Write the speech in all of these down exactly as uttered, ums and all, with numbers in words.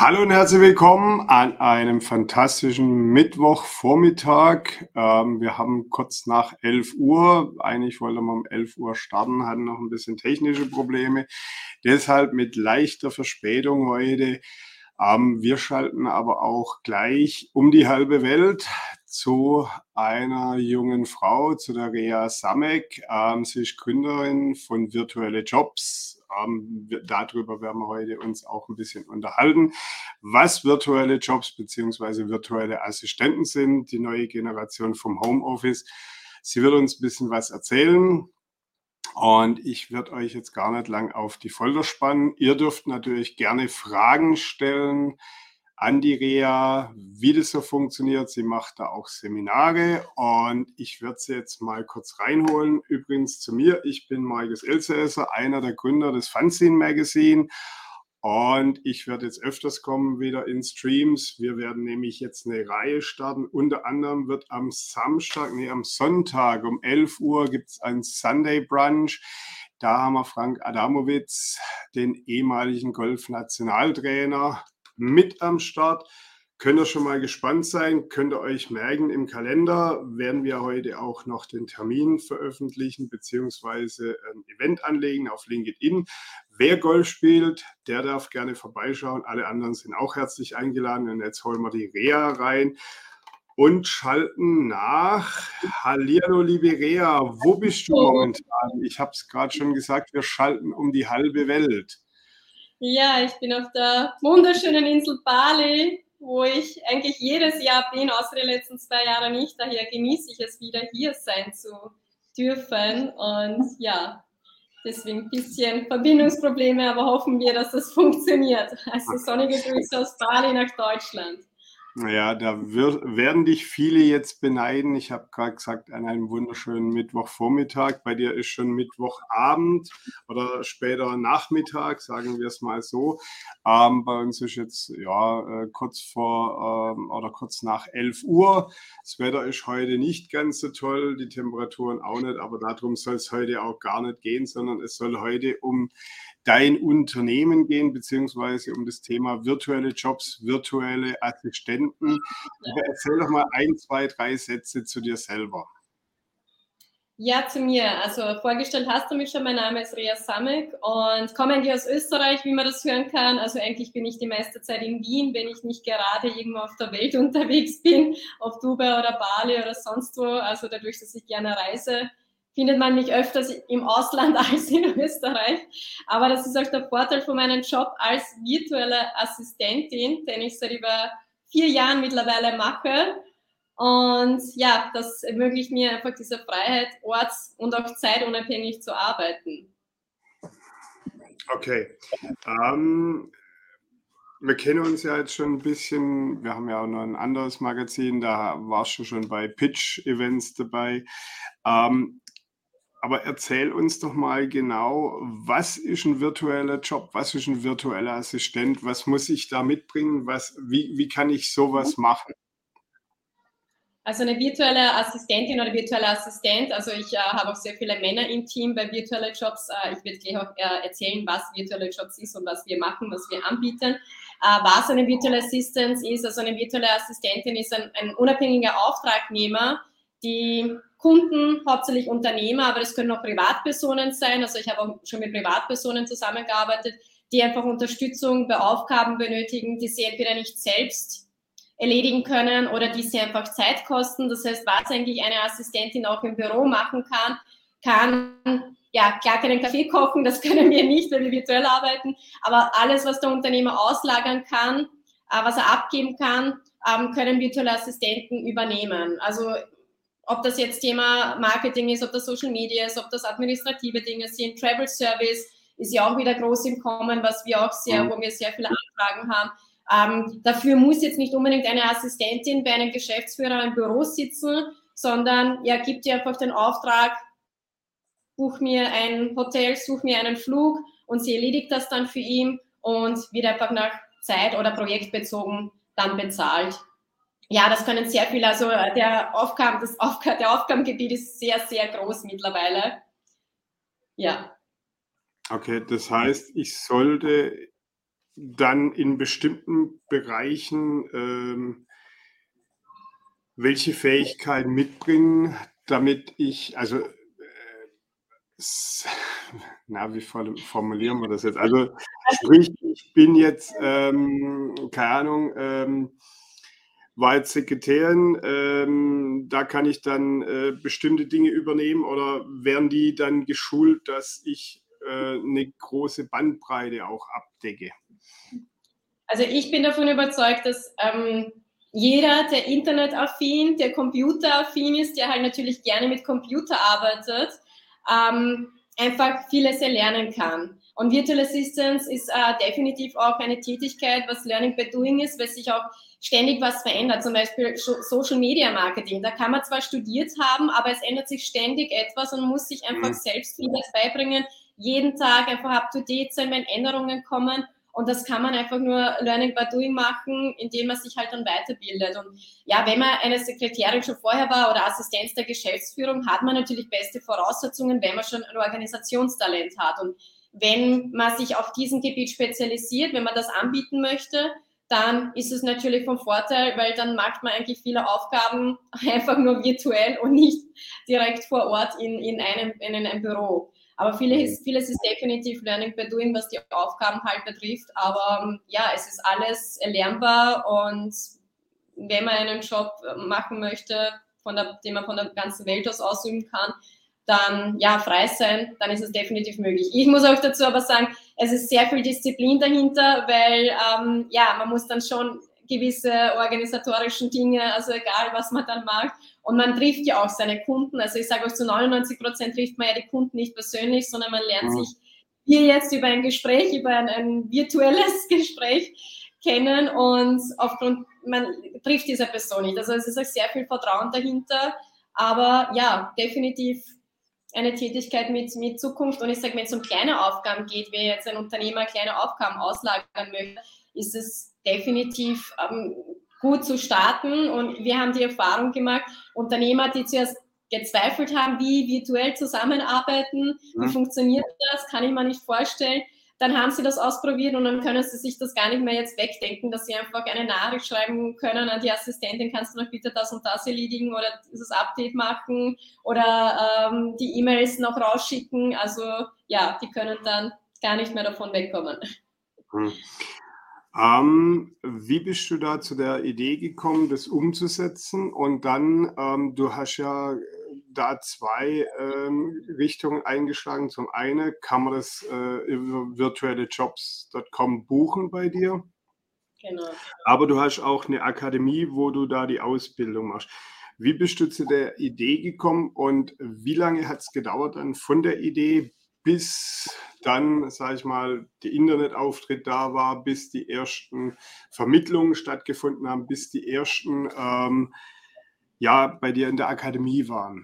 Hallo und herzlich willkommen an einem fantastischen Mittwochvormittag. Ähm, wir haben kurz nach elf Uhr, eigentlich wollten wir um elf Uhr starten, hatten noch ein bisschen technische Probleme. Deshalb mit leichter Verspätung heute. Ähm, wir schalten aber auch gleich um die halbe Welt zu einer jungen Frau, zu der Rea Samek. Ähm, sie ist Gründerin von Virtuelle Jobs. Ähm, darüber werden wir heute uns auch ein bisschen unterhalten, was virtuelle Jobs bzw. virtuelle Assistenten sind, die neue Generation vom Homeoffice. Sie wird uns ein bisschen was erzählen. Und ich werde euch jetzt gar nicht lang auf die Folter spannen. Ihr dürft natürlich gerne Fragen stellen an die Rea, wie das so funktioniert. Sie macht da auch Seminare und ich werde sie jetzt mal kurz reinholen. Übrigens zu mir, ich bin Markus Elsässer, einer der Gründer des Fanzine Magazine. Und ich werde jetzt öfters kommen wieder in Streams. Wir werden nämlich jetzt eine Reihe starten. Unter anderem wird am Samstag, nee, am Sonntag um elf Uhr gibt es ein Sunday Brunch. Da haben wir Frank Adamowitz, den ehemaligen Golf-Nationaltrainer, mit am Start. Könnt ihr schon mal gespannt sein, könnt ihr euch merken, im Kalender werden wir heute auch noch den Termin veröffentlichen beziehungsweise ein Event anlegen auf LinkedIn. Wer Golf spielt, der darf gerne vorbeischauen. Alle anderen sind auch herzlich eingeladen. Und jetzt holen wir die Rea rein und schalten nach. Hallihallo, liebe Rea, wo bist du momentan? Ich habe es gerade schon gesagt, wir schalten um die halbe Welt. Ja, ich bin auf der wunderschönen Insel Bali, wo ich eigentlich jedes Jahr bin, außer die letzten zwei Jahre nicht. Daher genieße ich es wieder, hier sein zu dürfen. Und ja, deswegen ein bisschen Verbindungsprobleme, aber hoffen wir, dass das funktioniert. Also sonnige Grüße aus Bali nach Deutschland. Ja, da wird, werden dich viele jetzt beneiden. Ich habe gerade gesagt, an einem wunderschönen Mittwochvormittag. Bei dir ist schon Mittwochabend oder später Nachmittag, sagen wir es mal so. Ähm, bei uns ist jetzt ja äh, kurz vor ähm, oder kurz nach elf Uhr. Das Wetter ist heute nicht ganz so toll, die Temperaturen auch nicht, aber darum soll es heute auch gar nicht gehen, sondern es soll heute um dein Unternehmen gehen, beziehungsweise um das Thema virtuelle Jobs, virtuelle Assistenten. Aber erzähl doch mal ein, zwei, drei Sätze zu dir selber. Ja, zu mir. Also vorgestellt hast du mich schon. Mein Name ist Rea Samek und komme eigentlich aus Österreich, wie man das hören kann. Also eigentlich bin ich die meiste Zeit in Wien, wenn ich nicht gerade irgendwo auf der Welt unterwegs bin, auf Dubai oder Bali oder sonst wo. Also dadurch, dass ich gerne reise, findet man mich öfters im Ausland als in Österreich. Aber das ist auch der Vorteil von meinem Job als virtuelle Assistentin, den ich seit über vier Jahren mittlerweile mache. Und ja, das ermöglicht mir einfach diese Freiheit, orts- und auch zeitunabhängig zu arbeiten. Okay. Ähm, wir kennen uns ja jetzt schon ein bisschen. Wir haben ja auch noch ein anderes Magazin, da warst du schon bei Pitch-Events dabei. Ähm, aber erzähl uns doch mal genau, was ist ein virtueller Job? Was ist ein virtueller Assistent? Was muss ich da mitbringen? Was, wie, wie kann ich sowas machen? Also eine virtuelle Assistentin oder virtueller Assistent, also ich äh, habe auch sehr viele Männer im Team bei virtuellen Jobs. Äh, ich werde gleich auch äh, erzählen, was virtuelle Jobs ist und was wir machen, was wir anbieten. Äh, was eine virtuelle Assistent ist, also eine virtuelle Assistentin ist ein, ein unabhängiger Auftragnehmer, die Kunden, hauptsächlich Unternehmer, aber es können auch Privatpersonen sein. Also ich habe auch schon mit Privatpersonen zusammengearbeitet, die einfach Unterstützung bei Aufgaben benötigen, die sie entweder nicht selbst erledigen können oder die sie einfach Zeit kosten. Das heißt, was eigentlich eine Assistentin auch im Büro machen kann, kann ja klar keinen Kaffee kochen, das können wir nicht, weil wir virtuell arbeiten, aber alles, was der Unternehmer auslagern kann, was er abgeben kann, können virtuelle Assistenten übernehmen. Also ob das jetzt Thema Marketing ist, ob das Social Media ist, ob das administrative Dinge sind, Travel Service ist ja auch wieder groß im Kommen, was wir auch sehr, wo wir sehr viele Anfragen haben. Ähm, dafür muss jetzt nicht unbedingt eine Assistentin bei einem Geschäftsführer im Büro sitzen, sondern er gibt dir einfach den Auftrag, buch mir ein Hotel, such mir einen Flug und sie erledigt das dann für ihn und wird einfach nach Zeit- oder projektbezogen dann bezahlt. Ja, das können sehr viele, also der, Aufgaben, das Aufg- der Aufgabengebiet ist sehr, sehr groß mittlerweile. Ja. Okay, das heißt, ich sollte dann in bestimmten Bereichen ähm, welche Fähigkeiten mitbringen, damit ich, also, äh, s- na, wie form- formulieren wir das jetzt? Also, sprich, ich bin jetzt, ähm, keine Ahnung, ähm, war jetzt Sekretärin, ähm, da kann ich dann äh, bestimmte Dinge übernehmen oder werden die dann geschult, dass ich äh, eine große Bandbreite auch abdecke? Also ich bin davon überzeugt, dass ähm, jeder, der internetaffin, der computeraffin ist, der halt natürlich gerne mit Computer arbeitet, ähm, einfach vieles erlernen kann. Und Virtual Assistance ist äh, definitiv auch eine Tätigkeit, was Learning by Doing ist, weil sich auch ständig was verändert. Zum Beispiel Social Media Marketing. Da kann man zwar studiert haben, aber es ändert sich ständig etwas und muss sich einfach Mhm. selbst vieles beibringen. Jeden Tag einfach up to date sein, wenn Änderungen kommen. Und das kann man einfach nur Learning by Doing machen, indem man sich halt dann weiterbildet. Und ja, wenn man eine Sekretärin schon vorher war oder Assistenz der Geschäftsführung, hat man natürlich beste Voraussetzungen, wenn man schon ein Organisationstalent hat. Und wenn man sich auf diesem Gebiet spezialisiert, wenn man das anbieten möchte, dann ist es natürlich vom Vorteil, weil dann macht man eigentlich viele Aufgaben einfach nur virtuell und nicht direkt vor Ort in, in, einem, in einem Büro. Aber vieles, vieles ist definitiv Learning by Doing, was die Aufgaben halt betrifft. Aber ja, es ist alles erlernbar und wenn man einen Job machen möchte, von der, den man von der ganzen Welt aus ausüben kann, dann ja, frei sein, dann ist es definitiv möglich. Ich muss auch dazu aber sagen, es ist sehr viel Disziplin dahinter, weil ähm, ja, man muss dann schon gewisse organisatorischen Dinge, also egal, was man dann macht. Und man trifft ja auch seine Kunden. Also ich sage euch, zu neunundneunzig Prozent trifft man ja die Kunden nicht persönlich, sondern man lernt Mhm. sich hier jetzt über ein Gespräch, über ein, ein virtuelles Gespräch kennen und aufgrund, man trifft diese Person nicht. Also es ist auch sehr viel Vertrauen dahinter. Aber ja, definitiv eine Tätigkeit mit, mit Zukunft. Und ich sage, wenn es um kleine Aufgaben geht, wie jetzt ein Unternehmer kleine Aufgaben auslagern möchte, ist es definitiv ähm, gut zu starten. Und wir haben die Erfahrung gemacht, Unternehmer, die zuerst gezweifelt haben, wie virtuell zusammenarbeiten, wie funktioniert das, kann ich mir nicht vorstellen. Dann haben sie das ausprobiert und dann können sie sich das gar nicht mehr jetzt wegdenken, dass sie einfach eine Nachricht schreiben können an die Assistentin, kannst du noch bitte das und das erledigen oder dieses Update machen oder ähm, die E-Mails noch rausschicken. Also ja, die können dann gar nicht mehr davon wegkommen. Mhm. Ähm, wie bist du da zu der Idee gekommen, das umzusetzen? Und dann, ähm, du hast ja da zwei ähm, Richtungen eingeschlagen. Zum einen kann man das äh, über virtuelle jobs punkt com buchen bei dir, Genau. aber du hast auch eine Akademie, wo du da die Ausbildung machst. Wie bist du zu der Idee gekommen und wie lange hat es gedauert dann von der Idee bis dann, sage ich mal, der Internetauftritt da war, bis die ersten Vermittlungen stattgefunden haben, bis die ersten ähm, ja bei dir in der Akademie waren?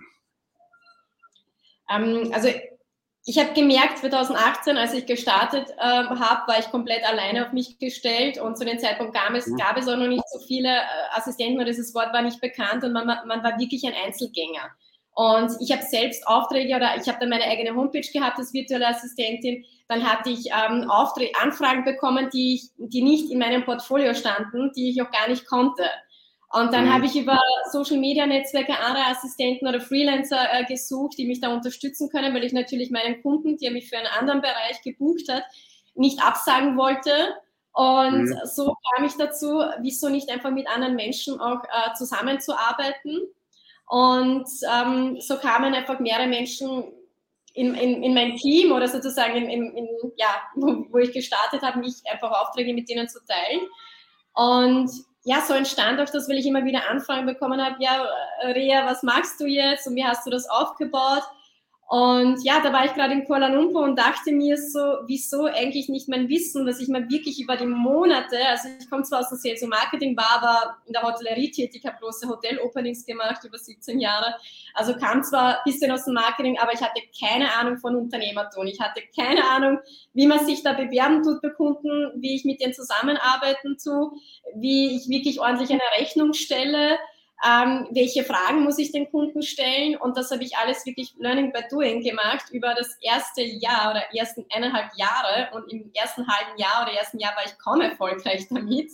Ähm, also ich habe gemerkt, zwanzig achtzehn, als ich gestartet äh, habe, war ich komplett alleine auf mich gestellt und zu dem Zeitpunkt gab es, gab es auch noch nicht so viele äh, Assistenten, oder dieses Wort war nicht bekannt und man, man war wirklich ein Einzelgänger. Und ich habe selbst Aufträge oder ich habe dann meine eigene Homepage gehabt als virtuelle Assistentin. Dann hatte ich ähm, Aufträge, Anfragen bekommen, die, ich, die nicht in meinem Portfolio standen, die ich auch gar nicht konnte. Und dann Mhm. habe ich über Social Media Netzwerke andere Assistenten oder Freelancer äh, gesucht, die mich da unterstützen können, weil ich natürlich meinen Kunden, die mich für einen anderen Bereich gebucht hat, nicht absagen wollte. Und Mhm. so kam ich dazu, wieso nicht einfach mit anderen Menschen auch äh, zusammenzuarbeiten. Und ähm, so kamen einfach mehrere Menschen in, in, in mein Team oder sozusagen in, in, in, ja, wo, wo ich gestartet habe, mich einfach Aufträge mit denen zu teilen. Und ja, so entstand auch das, weil ich immer wieder Anfragen bekommen habe, ja, Rea, was machst du jetzt und wie hast du das aufgebaut? Und ja, da war ich gerade in Kuala Lumpur und dachte mir so, wieso eigentlich nicht mein Wissen, was ich mir wirklich über die Monate, also ich komme zwar aus dem Sales und Marketing, war aber in der Hotellerie tätig, habe große Hotel-Openings gemacht, über siebzehn Jahre, also kam zwar ein bisschen aus dem Marketing, aber ich hatte keine Ahnung von Unternehmertum, ich hatte keine Ahnung, wie man sich da bewerben tut bei Kunden, wie ich mit denen zusammenarbeiten tue, wie ich wirklich ordentlich eine Rechnung stelle. ähm, welche Fragen muss ich den Kunden stellen, und das habe ich alles wirklich Learning by Doing gemacht über das erste Jahr oder ersten eineinhalb Jahre, und im ersten halben Jahr oder ersten Jahr war ich kaum erfolgreich damit,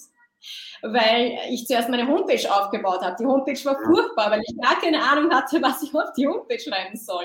weil ich zuerst meine Homepage aufgebaut habe. Die Homepage war furchtbar, weil ich gar keine Ahnung hatte, was ich auf die Homepage schreiben soll.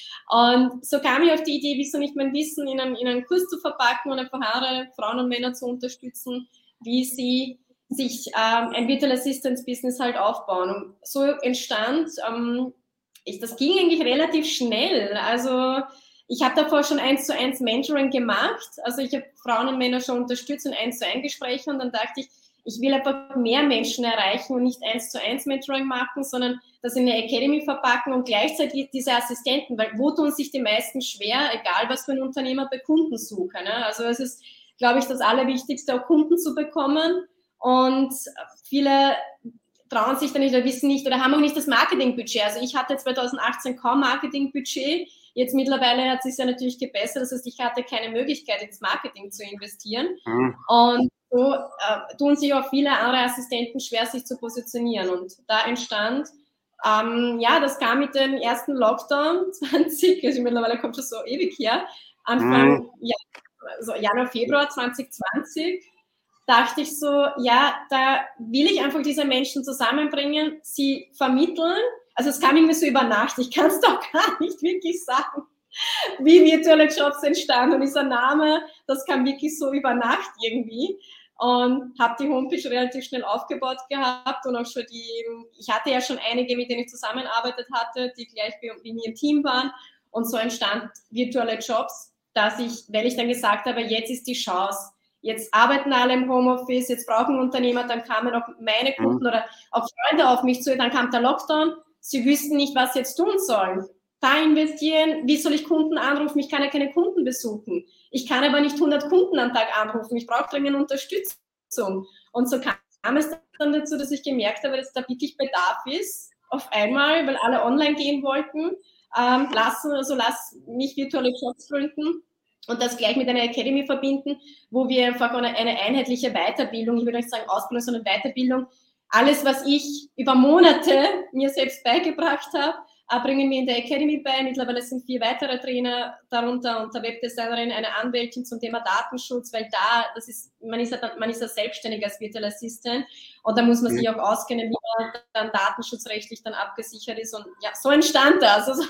Und so kam ich auf die Idee, wieso nicht mein Wissen in einen, in einen Kurs zu verpacken und einfach andere Frauen und Männer zu unterstützen, wie sie sich ähm, ein Virtual Assistance Business halt aufbauen. Und so entstand, ähm, ich, das ging eigentlich relativ schnell. Also ich habe davor schon eins zu eins Mentoring gemacht. Also ich habe Frauen und Männer schon unterstützt in eins zu eins Gespräche, und dann dachte ich, ich will einfach mehr Menschen erreichen und nicht eins zu eins Mentoring machen, sondern das in eine Academy verpacken und gleichzeitig diese Assistenten, weil wo tun sich die meisten schwer, egal was für ein Unternehmer, bei Kundensuche. Ne? Also es ist, glaube ich, das Allerwichtigste, auch Kunden zu bekommen, und viele trauen sich dann nicht oder wissen nicht oder haben auch nicht das Marketingbudget. Also ich hatte zwanzig achtzehn kaum Marketingbudget. Jetzt mittlerweile hat es sich ja natürlich gebessert. Das heißt, ich hatte keine Möglichkeit, ins Marketing zu investieren. Mhm. Und so äh, tun sich auch viele andere Assistenten schwer, sich zu positionieren. Und da entstand, ähm, ja, das kam mit dem ersten Lockdown zwanzig, also mittlerweile kommt schon so ewig her, Anfang mhm. ja, also Januar, Februar zwanzig zwanzig, dachte ich so, ja, da will ich einfach diese Menschen zusammenbringen, sie vermitteln. Also es kam irgendwie so über Nacht, ich kann es doch gar nicht wirklich sagen, wie virtuelle Jobs entstanden. Und dieser Name, das kam wirklich so über Nacht irgendwie. Und habe die Homepage relativ schnell aufgebaut gehabt und auch schon die, ich hatte ja schon einige, mit denen ich zusammengearbeitet hatte, die gleich wie mir im Team waren. Und so entstand virtuelle Jobs, dass ich, weil ich dann gesagt habe, jetzt ist die Chance. Jetzt arbeiten alle im Homeoffice, jetzt brauchen Unternehmer, dann kamen auch meine Kunden oder auch Freunde auf mich zu, dann kam der Lockdown, sie wüssten nicht, was sie jetzt tun sollen. Da investieren, wie soll ich Kunden anrufen? Ich kann ja keine Kunden besuchen. Ich kann aber nicht hundert Kunden am Tag anrufen, ich brauche dringend Unterstützung. Und so kam es dann dazu, dass ich gemerkt habe, dass da wirklich Bedarf ist, auf einmal, weil alle online gehen wollten, ähm, lassen, also lass mich virtuelle Jobs gründen. Und das gleich mit einer Academy verbinden, wo wir einfach eine, eine einheitliche Weiterbildung, ich würde nicht sagen Ausbildung, sondern Weiterbildung, alles, was ich über Monate mir selbst beigebracht habe, bringen wir in der Academy bei. Mittlerweile sind vier weitere Trainer darunter und eine Webdesignerin, eine Anwältin zum Thema Datenschutz, weil da, das ist, man ist ja, man ist ja selbstständig als Virtual Assistant, und da muss man sich auch auskennen, wie man dann datenschutzrechtlich dann abgesichert ist, und ja, so entstand das. Also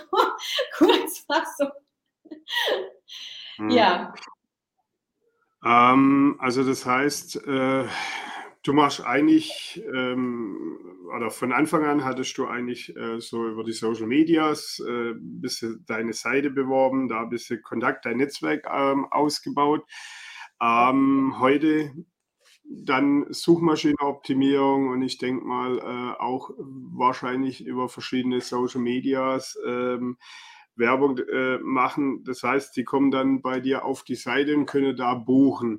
kurz Fassung. Ja. Ähm, also das heißt, äh, du machst eigentlich, ähm, oder von Anfang an hattest du eigentlich äh, so über die Social Medias äh, bisschen deine Seite beworben, da ein bisschen Kontakt, dein Netzwerk ähm, ausgebaut. Ähm, heute dann Suchmaschinenoptimierung, und ich denke mal äh, auch wahrscheinlich über verschiedene Social Medias ähm, Werbung äh, machen. Das heißt, die kommen dann bei dir auf die Seite und können da buchen.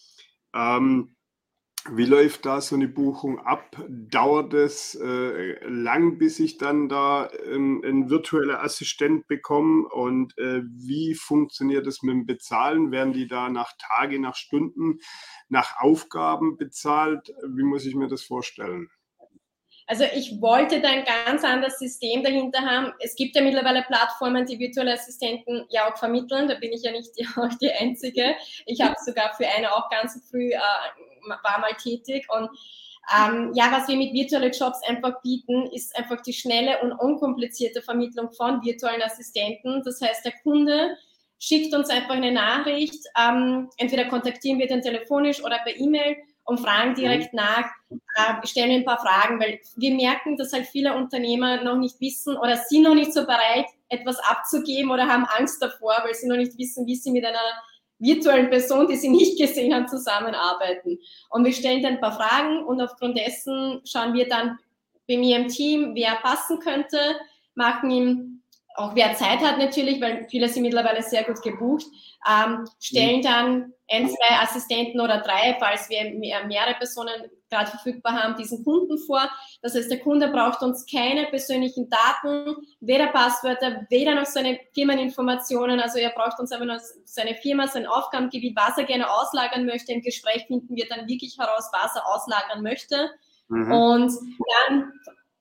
Ähm, wie läuft da so eine Buchung ab? Dauert es äh, lang, bis ich dann da ähm, einen virtuellen Assistent bekomme? Und äh, wie funktioniert es mit dem Bezahlen? Werden die da nach Tage, nach Stunden, nach Aufgaben bezahlt? Wie muss ich mir das vorstellen? Also ich wollte da ein ganz anderes System dahinter haben. Es gibt ja mittlerweile Plattformen, die virtuelle Assistenten ja auch vermitteln. Da bin ich ja nicht die, auch die Einzige. Ich habe sogar für eine auch ganz früh, äh, war mal tätig. Und ähm, ja, was wir mit virtuellen Jobs einfach bieten, ist einfach die schnelle und unkomplizierte Vermittlung von virtuellen Assistenten. Das heißt, der Kunde schickt uns einfach eine Nachricht. Ähm, entweder kontaktieren wir den telefonisch oder per E-Mail und fragen direkt nach, äh, stellen ein paar Fragen, weil wir merken, dass halt viele Unternehmer noch nicht wissen oder sind noch nicht so bereit, etwas abzugeben oder haben Angst davor, weil sie noch nicht wissen, wie sie mit einer virtuellen Person, die sie nicht gesehen haben, zusammenarbeiten. Und wir stellen dann ein paar Fragen, und aufgrund dessen schauen wir dann bei mir im Team, wer passen könnte, machen ihm auch wer Zeit hat natürlich, weil viele sind mittlerweile sehr gut gebucht, ähm, stellen dann ein, zwei Assistenten oder drei, falls wir mehr, mehrere Personen gerade verfügbar haben, diesen Kunden vor. Das heißt, der Kunde braucht uns keine persönlichen Daten, weder Passwörter, weder noch seine Firmeninformationen. Also er braucht uns einfach nur seine Firma, sein Aufgabengebiet, was er gerne auslagern möchte. Im Gespräch finden wir dann wirklich heraus, was er auslagern möchte. Mhm. Und dann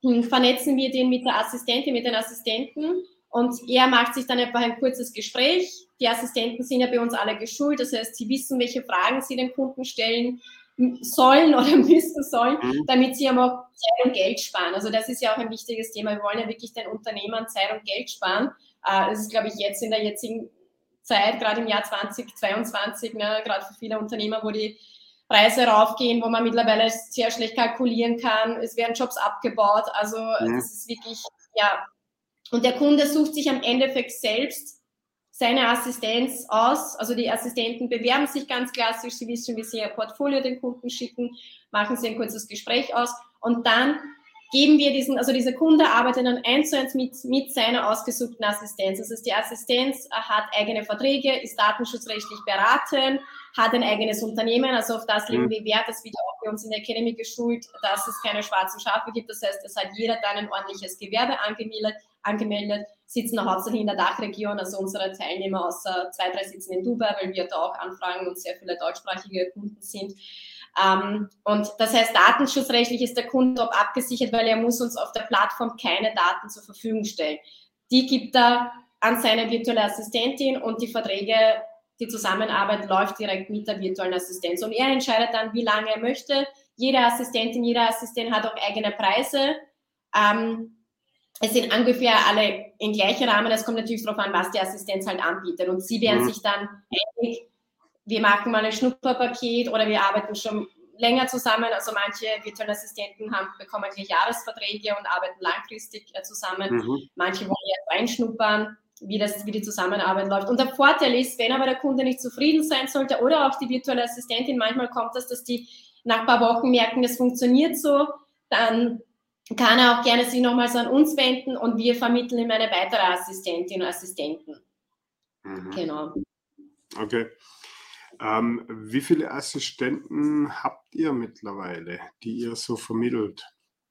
vernetzen wir den mit der Assistentin, mit den Assistenten und er macht sich dann einfach ein kurzes Gespräch. Die Assistenten sind ja bei uns alle geschult, das heißt, sie wissen, welche Fragen sie den Kunden stellen sollen oder müssen sollen, damit sie aber auch Zeit und Geld sparen. Also das ist ja auch ein wichtiges Thema. Wir wollen ja wirklich den Unternehmern Zeit und Geld sparen. Das ist, glaube ich, jetzt in der jetzigen Zeit, gerade im Jahr zweitausendzweiundzwanzig, ne, gerade für viele Unternehmer, wo die Preise raufgehen, wo man mittlerweile sehr schlecht kalkulieren kann. Es werden Jobs abgebaut. Also ja. Das ist wirklich, ja. Und der Kunde sucht sich am Endeffekt selbst seine Assistenz aus. Also die Assistenten bewerben sich ganz klassisch. Sie wissen, wie sie ihr Portfolio den Kunden schicken, machen sie ein kurzes Gespräch aus und dann geben wir diesen, also dieser Kunde arbeitet dann eins zu eins mit, mit seiner ausgesuchten Assistenz. Das heißt, die Assistenz hat eigene Verträge, ist datenschutzrechtlich beraten, hat ein eigenes Unternehmen, also auf das legen wir Wert, das wird auch bei uns in der Academy geschult, dass es keine schwarzen Schafe gibt. Das heißt, es hat jeder dann ein ordentliches Gewerbe angemeldet, angemeldet, sitzen auch hauptsächlich in der Dachregion, also unsere Teilnehmer außer zwei, drei sitzen in Dubai, weil wir da auch anfragen und sehr viele deutschsprachige Kunden sind. Um, und das heißt, datenschutzrechtlich ist der Kunde top abgesichert, weil er muss uns auf der Plattform keine Daten zur Verfügung stellen. Die gibt er an seine virtuelle Assistentin und die Verträge, die Zusammenarbeit läuft direkt mit der virtuellen Assistenz. Und er entscheidet dann, wie lange er möchte. Jede Assistentin, jeder Assistent hat auch eigene Preise. Um, es sind ungefähr alle in gleichen Rahmen. Es kommt natürlich darauf an, was die Assistenz halt anbietet. Und sie werden mhm. sich dann einig, wir machen mal ein Schnupperpaket oder wir arbeiten schon länger zusammen. Also manche virtuelle Assistenten haben, bekommen gleich Jahresverträge und arbeiten langfristig zusammen. Mhm. Manche wollen erst reinschnuppern, wie, das, wie die Zusammenarbeit läuft. Und der Vorteil ist, wenn aber der Kunde nicht zufrieden sein sollte oder auch die virtuelle Assistentin, manchmal kommt das, dass die nach ein paar Wochen merken, das funktioniert so, dann kann er auch gerne sich nochmals an uns wenden und wir vermitteln ihm eine weitere Assistentin und Assistenten. Mhm. Genau. Okay. Ähm, wie viele Assistenten habt ihr mittlerweile, die ihr so vermittelt?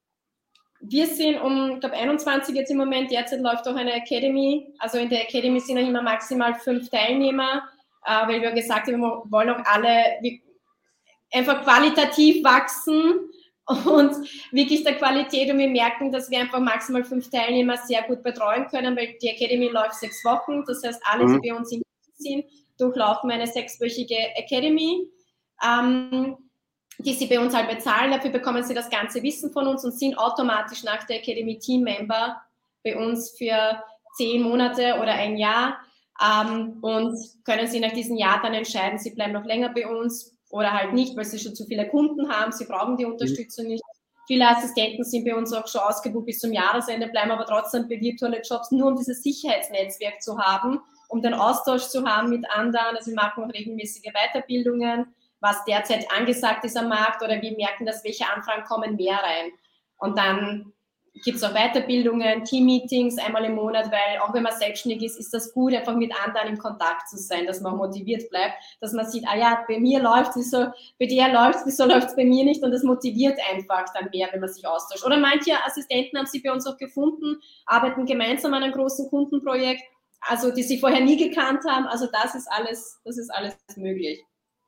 Wir sind um, ich glaube, einundzwanzig jetzt im Moment. Derzeit läuft auch eine Academy. Also in der Academy sind auch immer maximal fünf Teilnehmer, äh, weil wir gesagt haben, wir wollen auch alle einfach qualitativ wachsen und wirklich der Qualität. Und wir merken, dass wir einfach maximal fünf Teilnehmer sehr gut betreuen können, weil die Academy läuft sechs Wochen. Das heißt, alle, die mhm. bei uns in sind, durchlaufen eine sechswöchige Academy, ähm, die sie bei uns halt bezahlen. Dafür bekommen sie das ganze Wissen von uns und sind automatisch nach der Academy Team-Member bei uns für zehn Monate oder ein Jahr ähm, und können sie nach diesem Jahr dann entscheiden, sie bleiben noch länger bei uns oder halt nicht, weil sie schon zu viele Kunden haben, sie brauchen die Unterstützung nicht. Viele Assistenten sind bei uns auch schon ausgebucht bis zum Jahresende, bleiben aber trotzdem bei virtuellen Jobs, nur um dieses Sicherheitsnetzwerk zu haben, um den Austausch zu haben mit anderen. Also wir machen auch regelmäßige Weiterbildungen, was derzeit angesagt ist am Markt oder wir merken, dass welche Anfragen kommen mehr rein. Und dann gibt es auch Weiterbildungen, Team-Meetings einmal im Monat, weil auch wenn man selbstständig ist, ist das gut, einfach mit anderen in Kontakt zu sein, dass man motiviert bleibt, dass man sieht, ah ja, bei mir läuft es, wieso, bei dir läuft es, wieso läuft es bei mir nicht, und das motiviert einfach dann mehr, wenn man sich austauscht. Oder manche Assistenten haben sie bei uns auch gefunden, arbeiten gemeinsam an einem großen Kundenprojekt, also die sie vorher nie gekannt haben, also das ist alles, das ist alles möglich.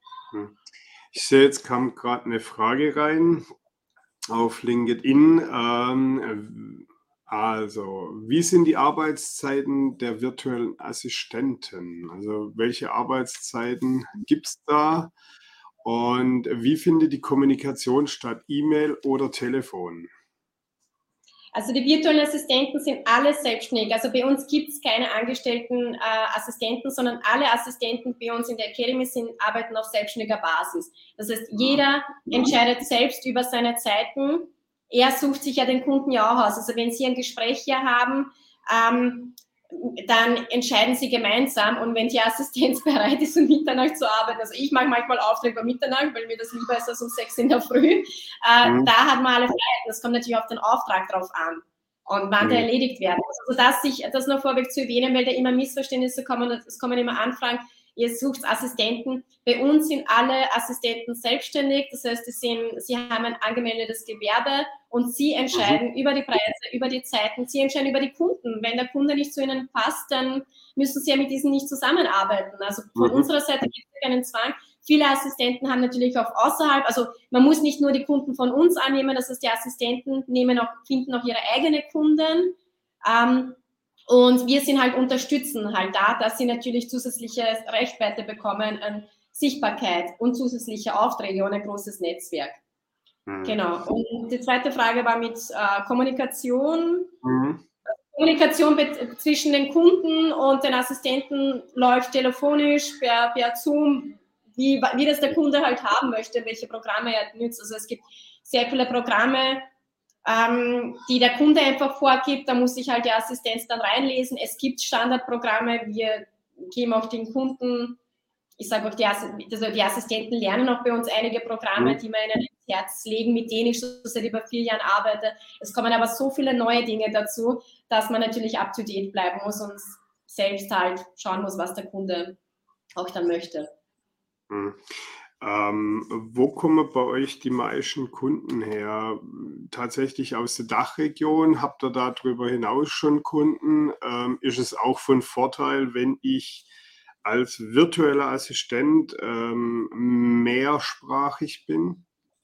Ich sehe, jetzt kam gerade eine Frage rein auf LinkedIn. Ähm, also, wie sind die Arbeitszeiten der virtuellen Assistenten? Also, welche Arbeitszeiten gibt es da? Und wie findet die Kommunikation statt? E-Mail oder Telefon? Also die virtuellen Assistenten sind alle selbstständig. Also bei uns gibt es keine angestellten äh, Assistenten, sondern alle Assistenten bei uns in der Academy sind, arbeiten auf selbstständiger Basis. Das heißt, jeder entscheidet selbst über seine Zeiten. Er sucht sich ja den Kunden ja auch aus. Also wenn Sie ein Gespräch hier haben, ähm, dann entscheiden Sie gemeinsam, und wenn die Assistenz bereit ist, um Mitternacht zu arbeiten, also ich mache manchmal Aufträge bei Mitternacht, weil mir das lieber ist als um sechs in der Früh, äh, mhm. da hat man alle Freiheit. Das kommt natürlich auf den Auftrag drauf an und wann mhm. der erledigt werden muss. Also das, sich, das noch vorweg zu erwähnen, weil da immer Missverständnisse kommen, es kommen immer Anfragen, ihr sucht Assistenten. Bei uns sind alle Assistenten selbstständig, das heißt, sie, sind, sie haben ein angemeldetes Gewerbe und sie entscheiden mhm. über die Preise, über die Zeiten, sie entscheiden über die Kunden. Wenn der Kunde nicht zu ihnen passt, dann müssen sie ja mit diesen nicht zusammenarbeiten. Also von mhm. unserer Seite gibt es keinen Zwang. viele Assistenten haben natürlich auch außerhalb, also man muss nicht nur die Kunden von uns annehmen, das heißt, die Assistenten nehmen auch, finden auch ihre eigenen Kunden. Ähm, und wir sind halt unterstützen halt da, dass sie natürlich zusätzliche Reichweite bekommen an Sichtbarkeit und zusätzliche Aufträge und ein großes Netzwerk. Mhm. Genau. Und die zweite Frage war mit äh, Kommunikation. Mhm. Kommunikation zwischen den Kunden und den Assistenten läuft telefonisch, per, per Zoom, wie, wie das der Kunde halt haben möchte, welche Programme er nutzt. Also es gibt sehr viele Programme, ähm, die der Kunde einfach vorgibt, da muss sich halt der Assistent dann reinlesen. Es gibt Standardprogramme, wir geben auch den Kunden, ich sage auch, die, also die Assistenten lernen auch bei uns einige Programme, die wir ihnen ins Herz legen, mit denen ich schon seit über vier Jahren arbeite. Es kommen aber so viele neue Dinge dazu, dass man natürlich up to date bleiben muss und selbst halt schauen muss, was der Kunde auch dann möchte. Hm. Ähm, wo kommen bei euch die meisten Kunden her? Tatsächlich aus der Dachregion? Habt ihr darüber hinaus schon Kunden? Ähm, ist es auch von Vorteil, wenn ich als virtueller Assistent ähm, mehrsprachig bin?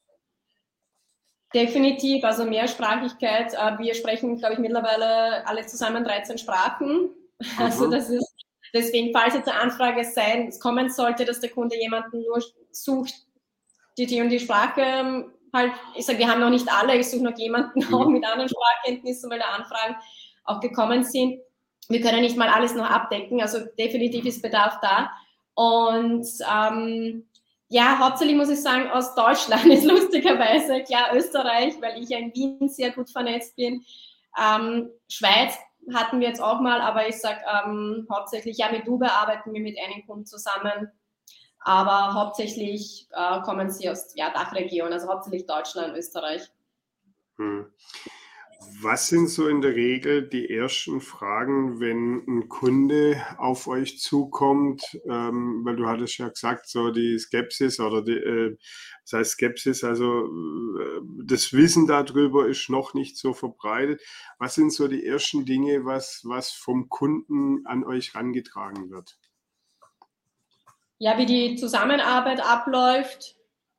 Definitiv, also Mehrsprachigkeit. Wir sprechen, glaube ich, mittlerweile alle zusammen dreizehn Sprachen. Mhm. Also das ist, deswegen, falls jetzt eine Anfrage sein, es kommen sollte, dass der Kunde jemanden nur sucht, die die und die Sprache halt, ich sage, wir haben noch nicht alle, ich suche noch jemanden mhm. auch mit anderen Sprachkenntnissen, weil da Anfragen auch gekommen sind. Wir können nicht mal alles noch abdecken, also definitiv ist Bedarf da. Und ähm, ja, hauptsächlich muss ich sagen, aus Deutschland ist lustigerweise, klar Österreich, weil ich ja in Wien sehr gut vernetzt bin. Ähm, Schweiz hatten wir jetzt auch mal, aber ich sage ähm, hauptsächlich, ja, mit Uber arbeiten wir mit einem Kunden zusammen, aber hauptsächlich äh, kommen sie aus ja, Dachregion, also hauptsächlich Deutschland, Österreich. Hm. Was sind so in der Regel die ersten Fragen, wenn ein Kunde auf euch zukommt? Ähm, weil du hattest ja gesagt, so die Skepsis oder die, äh, das heißt Skepsis, also äh, das Wissen darüber ist noch nicht so verbreitet. Was sind so die ersten Dinge, was, was vom Kunden an euch herangetragen wird? Ja, wie die Zusammenarbeit abläuft,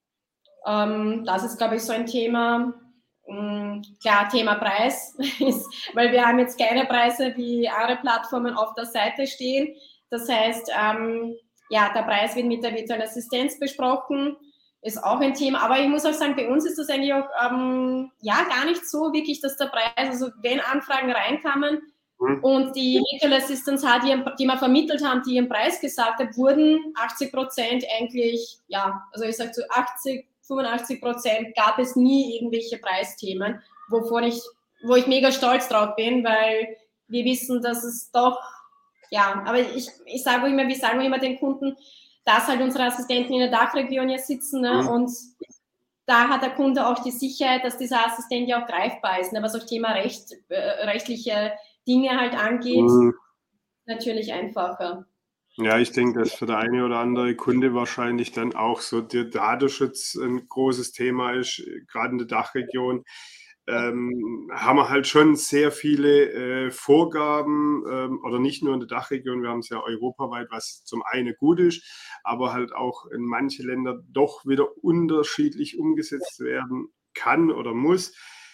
ähm, das ist, glaube ich, so ein Thema. Klar, Thema Preis ist, weil wir haben jetzt keine Preise wie andere Plattformen auf der Seite stehen. Das heißt, ähm, ja, der Preis wird mit der virtuellen Assistenz besprochen, ist auch ein Thema. Aber ich muss auch sagen, bei uns ist das eigentlich auch ähm, ja gar nicht so wirklich, dass der Preis, also wenn Anfragen reinkamen mhm. und die Virtual Assistants, die, die wir vermittelt haben, die ihren Preis gesagt haben, wurden achtzig Prozent eigentlich, ja, also ich sage so achtzig fünfundachtzig Prozent gab es nie irgendwelche Preisthemen, wovon ich, wo ich mega stolz drauf bin, weil wir wissen, dass es doch, ja, aber ich, ich sage immer, wir sagen immer den Kunden, dass halt unsere Assistenten in der Dachregion ja sitzen, ne, mhm. und da hat der Kunde auch die Sicherheit, dass dieser Assistent ja auch greifbar ist, ne, was auch Thema Recht, äh, rechtliche Dinge halt angeht, mhm. natürlich einfacher. Ja, ich denke, dass für der eine oder andere Kunde wahrscheinlich dann auch so der Datenschutz ein großes Thema ist, gerade in der Dachregion. Ähm, haben wir halt schon sehr viele äh, Vorgaben, ähm, oder nicht nur in der Dachregion, wir haben es ja europaweit, was zum einen gut ist, aber halt auch in manche Länder doch wieder unterschiedlich umgesetzt werden kann oder muss.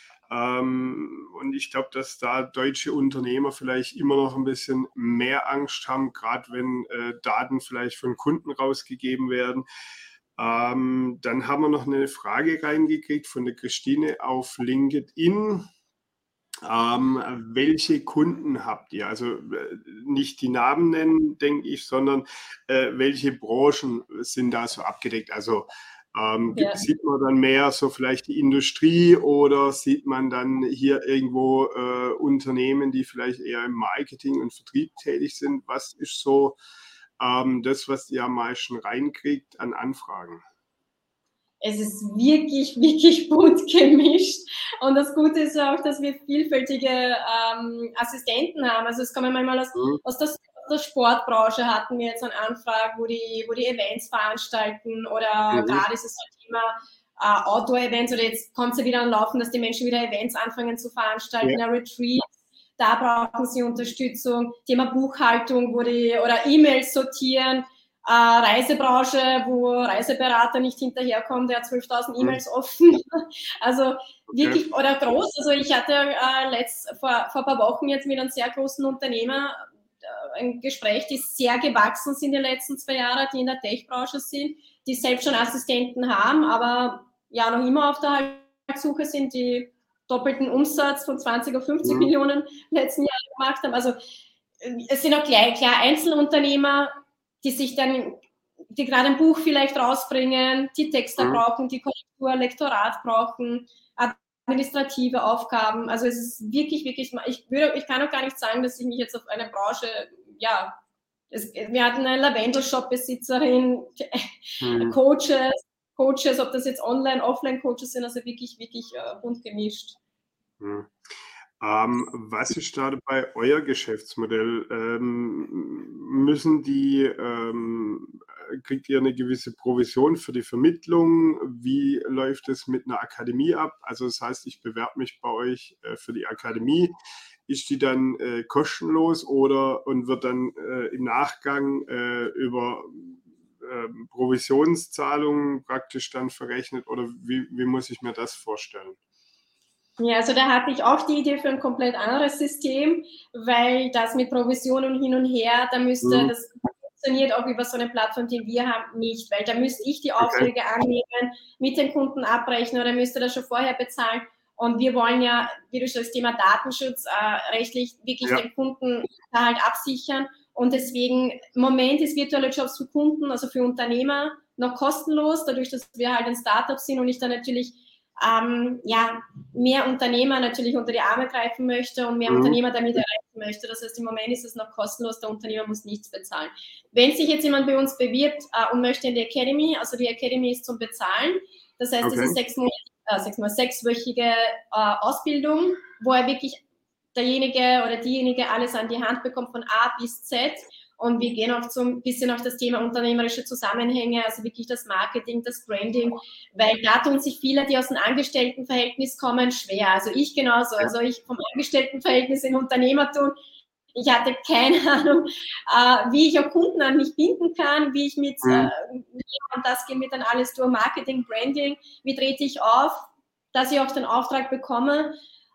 Ähm, und ich glaube, dass da deutsche Unternehmer vielleicht immer noch ein bisschen mehr Angst haben, gerade wenn äh, Daten vielleicht von Kunden rausgegeben werden. Ähm, dann haben wir noch eine Frage reingekriegt von der Christine auf LinkedIn. Ähm, welche Kunden habt ihr? Also äh, nicht die Namen nennen, denke ich, sondern äh, welche Branchen sind da so abgedeckt? Also Ähm, ja. Sieht man dann mehr so vielleicht die Industrie oder sieht man dann hier irgendwo äh, Unternehmen, die vielleicht eher im Marketing und Vertrieb tätig sind? Was ist so ähm, das, was ihr am meisten reinkriegt an Anfragen? Es ist wirklich, wirklich bunt gemischt. Und das Gute ist auch, dass wir vielfältige ähm, Assistenten haben. Also es kommen manchmal aus, mhm. aus der der Sportbranche hatten wir jetzt eine Anfrage, wo die, wo die Events veranstalten oder mhm. gerade ist es so ein Thema äh, Outdoor-Events oder jetzt kommt es ja wieder an Laufen, dass die Menschen wieder Events anfangen zu veranstalten, ja. Retreat, da brauchen sie Unterstützung, Thema Buchhaltung wo die, oder E-Mails sortieren, äh, Reisebranche, wo Reiseberater nicht hinterherkommt, der hat zwölftausend E-Mails offen. Also wirklich, oder groß. Also ich hatte äh, letzt, vor, vor ein paar Wochen jetzt mit einem sehr großen Unternehmer äh, ein Gespräch, die sehr gewachsen sind in den letzten zwei Jahren, die in der Tech-Branche sind, die selbst schon Assistenten haben, aber ja noch immer auf der Suche sind, die doppelten Umsatz von zwanzig auf fünfzig mhm. Millionen letzten Jahre gemacht haben. Also es sind auch gleich, klar Einzelunternehmer, die sich dann, die gerade ein Buch vielleicht rausbringen, die Texter mhm. brauchen, die Korrektur, Lektorat brauchen, administrative Aufgaben. Also es ist wirklich, wirklich, ich würde, ich kann auch gar nicht sagen, dass ich mich jetzt auf eine Branche, ja, es, wir hatten eine Lavendel-Shop-Besitzerin, mhm. Coaches, Coaches, ob das jetzt Online-, Offline-Coaches sind, also wirklich, wirklich äh, bunt gemischt. Mhm. Ähm, was ist da dabei euer Geschäftsmodell? Ähm, müssen die, ähm, kriegt ihr eine gewisse Provision für die Vermittlung? Wie läuft es mit einer Akademie ab? Also das heißt, ich bewerbe mich bei euch äh, für die Akademie. Ist die dann äh, kostenlos oder und wird dann äh, im Nachgang äh, über äh, Provisionszahlungen praktisch dann verrechnet? Oder wie, wie muss ich mir das vorstellen? Ja, also da hatte ich auch die Idee für ein komplett anderes System, weil das mit Provisionen hin und her, da müsste, mhm. das funktioniert auch über so eine Plattform, die wir haben, nicht, weil da müsste ich die Aufträge okay. annehmen, mit dem Kunden abrechnen oder müsste das schon vorher bezahlen. Und wir wollen ja, wie du schon das Thema Datenschutz äh, rechtlich wirklich ja. den Kunden da halt absichern. Und deswegen, im Moment ist virtuelle Jobs für Kunden, also für Unternehmer, noch kostenlos, dadurch, dass wir halt ein Startup sind und ich dann natürlich Ähm, ja, mehr Unternehmer natürlich unter die Arme greifen möchte und mehr mhm. Unternehmer damit erreichen möchte. Das heißt, im Moment ist es noch kostenlos, der Unternehmer muss nichts bezahlen. Wenn sich jetzt jemand bei uns bewirbt äh, und möchte in die Academy, also die Academy ist zum Bezahlen, das heißt, okay. das ist sechs äh, sechs mal sechswöchige äh, Ausbildung, wo er wirklich derjenige oder diejenige alles an die Hand bekommt von A bis Z. Und wir gehen auch so ein bisschen auf das Thema unternehmerische Zusammenhänge, also wirklich das Marketing, das Branding, weil da tun sich viele, die aus dem Angestelltenverhältnis kommen, schwer. Also ich genauso, also ich vom Angestelltenverhältnis in Unternehmertum, ich hatte keine Ahnung, äh, wie ich auch Kunden an mich binden kann, wie ich mit, mhm. äh, und das geht mir dann alles durch, Marketing, Branding, wie trete ich auf, dass ich auch den Auftrag bekomme.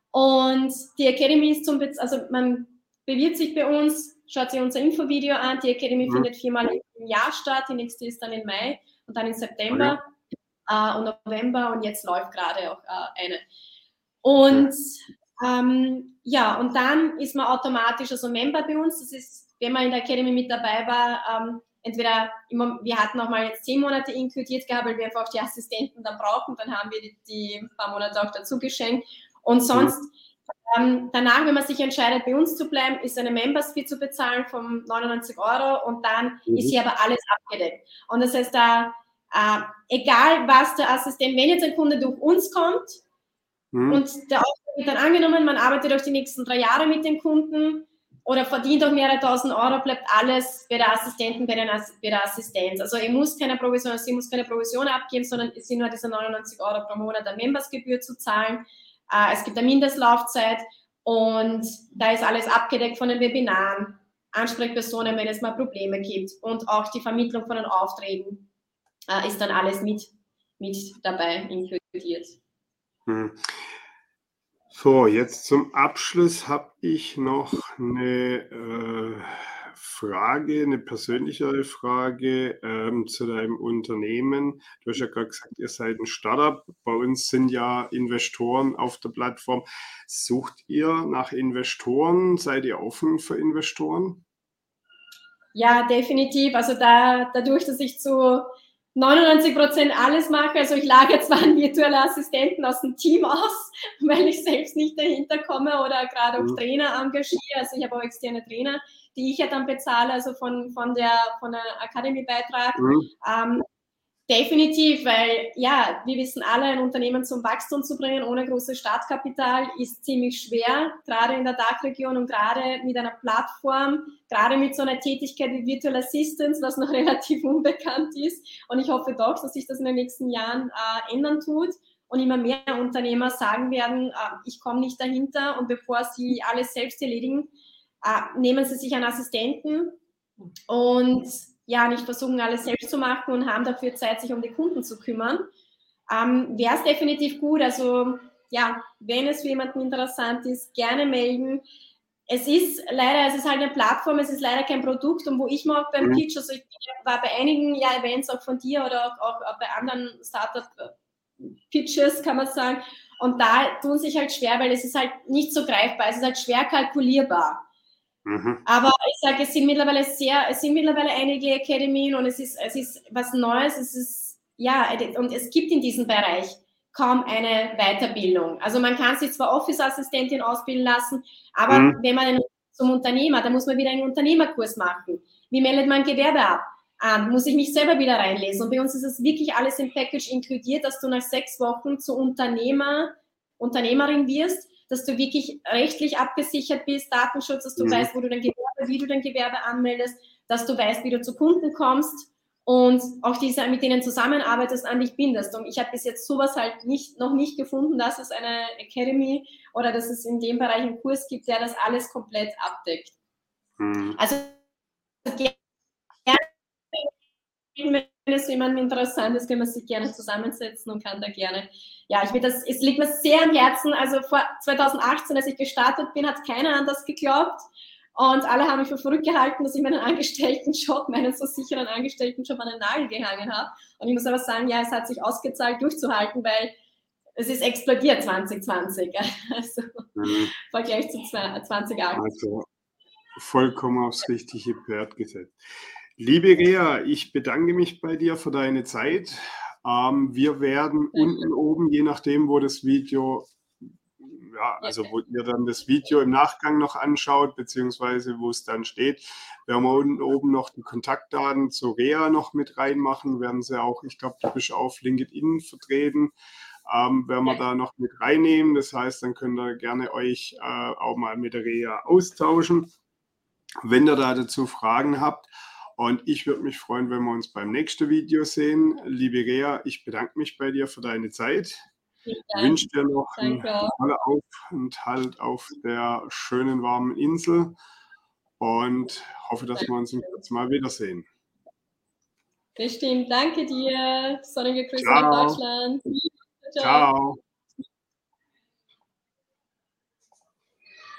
Und die Academy ist zum, Bez- also man bewirbt sich bei uns, schaut sich unser Infovideo an. Die Academy mhm. findet viermal im Jahr statt. Die nächste ist dann im Mai und dann im September okay. äh, und November und jetzt läuft gerade auch äh, eine. Und okay. ähm, ja, und dann ist man automatisch also Member bei uns. Das ist, wenn man in der Academy mit dabei war, ähm, entweder, immer, wir hatten auch mal jetzt zehn Monate inkludiert gehabt, weil wir einfach die Assistenten dann brauchen. Dann haben wir die, die paar Monate auch dazu geschenkt. Und sonst mhm. Ähm, danach, wenn man sich entscheidet, bei uns zu bleiben, ist eine Members-Fee zu bezahlen von neunundneunzig Euro und dann mhm. ist hier aber alles abgedeckt. Und das heißt, da, äh, egal was der Assistent, wenn jetzt ein Kunde durch uns kommt mhm. und der Auftrag wird dann angenommen, man arbeitet auch die nächsten drei Jahre mit dem Kunden oder verdient auch mehrere tausend Euro, bleibt alles bei der Assistenten, bei, den, bei der Assistenz. Also ich muss keine Provision, sie muss keine Provision abgeben, sondern es sind nur diese neunundneunzig Euro pro Monat an Members-Gebühr zu zahlen. Es gibt eine Mindestlaufzeit und da ist alles abgedeckt von den Webinaren, Ansprechpersonen, wenn es mal Probleme gibt und auch die Vermittlung von den Aufträgen äh, ist dann alles mit, mit dabei inkludiert. Hm. So, jetzt zum Abschluss habe ich noch eine äh, Frage, eine persönlichere Frage ähm, zu deinem Unternehmen. Du hast ja gerade gesagt, ihr seid ein Startup. Bei uns sind ja Investoren auf der Plattform. Sucht ihr nach Investoren? Seid ihr offen für Investoren? Ja, definitiv. Also da, dadurch, dass ich zu neunundneunzig Prozent alles mache, also ich lagere zwar einen virtuellen Assistenten aus dem Team aus, weil ich selbst nicht dahinter komme oder gerade auch mhm. Trainer engagiere. Also ich habe auch externe Trainer, die ich ja dann bezahle, also von, von der, von der Academy-Beitrag. Mhm. Ähm, definitiv, weil ja, wir wissen alle, ein Unternehmen zum Wachstum zu bringen ohne großes Startkapital ist ziemlich schwer, gerade in der D A C H-Region und gerade mit einer Plattform, gerade mit so einer Tätigkeit wie Virtual Assistance, was noch relativ unbekannt ist. Und ich hoffe doch, dass sich das in den nächsten Jahren äh, ändern tut und immer mehr Unternehmer sagen werden, äh, ich komme nicht dahinter und bevor sie alles selbst erledigen, äh, nehmen sie sich einen Assistenten und ja nicht versuchen, alles selbst zu machen und haben dafür Zeit, sich um die Kunden zu kümmern, ähm, wäre es definitiv gut. Also ja, wenn es für jemanden interessant ist, gerne melden. Es ist leider, es ist halt eine Plattform, es ist leider kein Produkt, und wo ich mal auch beim Mhm. Pitch, also ich war bei einigen ja, Events auch von dir oder auch, auch, auch bei anderen Startup-Pitches, kann man sagen, und da tun sich halt schwer, weil es ist halt nicht so greifbar, es ist halt schwer kalkulierbar. Mhm. Aber ich sage, es sind mittlerweile sehr, es sind mittlerweile einige Akademien und es ist, es ist was Neues, es ist, ja, und es gibt in diesem Bereich kaum eine Weiterbildung. Also man kann sich zwar Office-Assistentin ausbilden lassen, aber Mhm. wenn man zum Unternehmer, da muss man wieder einen Unternehmerkurs machen. Wie meldet man Gewerbe ab? Ähm, muss ich mich selber wieder reinlesen. Und bei uns ist es wirklich alles im Package inkludiert, dass du nach sechs Wochen zu Unternehmer, Unternehmerin wirst, dass du wirklich rechtlich abgesichert bist, Datenschutz, dass du Mhm. weißt, wo du dein Gewerbe, wie du dein Gewerbe anmeldest, dass du weißt, wie du zu Kunden kommst und auch diese, mit denen zusammenarbeitest, an dich bindest. Und ich habe bis jetzt sowas halt nicht, noch nicht gefunden, dass es eine Academy oder dass es in dem Bereich einen Kurs gibt, der das alles komplett abdeckt. Mhm. Also gerne, wenn es jemandem interessant ist, kann man sich gerne zusammensetzen und kann da gerne, ja, ich will das, es liegt mir sehr am Herzen. Also vor zwanzig achtzehn, als ich gestartet bin, hat keiner an das geglaubt. Und alle haben mich für verrückt gehalten, dass ich meinen Angestelltenjob, meinen so sicheren Angestelltenjob an den Nagel gehangen habe. Und ich muss aber sagen, ja, es hat sich ausgezahlt, durchzuhalten, weil es ist explodiert zwanzig zwanzig. Also Mhm. im Vergleich zu zwanzig achtzehn. Also vollkommen aufs richtige Pferd gesetzt. Liebe Rea, ich bedanke mich bei dir für deine Zeit. Ähm, wir werden unten oben, je nachdem, wo das Video, ja, Ja, also wo ihr dann das Video im Nachgang noch anschaut, beziehungsweise wo es dann steht, werden wir unten oben noch die Kontaktdaten zu Rea noch mit reinmachen. Werden sie auch, ich glaube, du bist auf LinkedIn vertreten, ähm, werden wir ja. da noch mit reinnehmen. Das heißt, dann könnt ihr gerne euch äh, auch mal mit der Rea austauschen, wenn ihr da dazu Fragen habt. Und ich würde mich freuen, wenn wir uns beim nächsten Video sehen. Liebe Rea, ich bedanke mich bei dir für deine Zeit. Vielen Dank. Wünsche dir noch einen Danke auch. tollen Aufenthalt auf der schönen, warmen Insel und hoffe, dass wir uns in kurz mal wiedersehen. Bestimmt. Danke dir. Sonnige Grüße nach Ciao. Deutschland. Ciao. Ciao.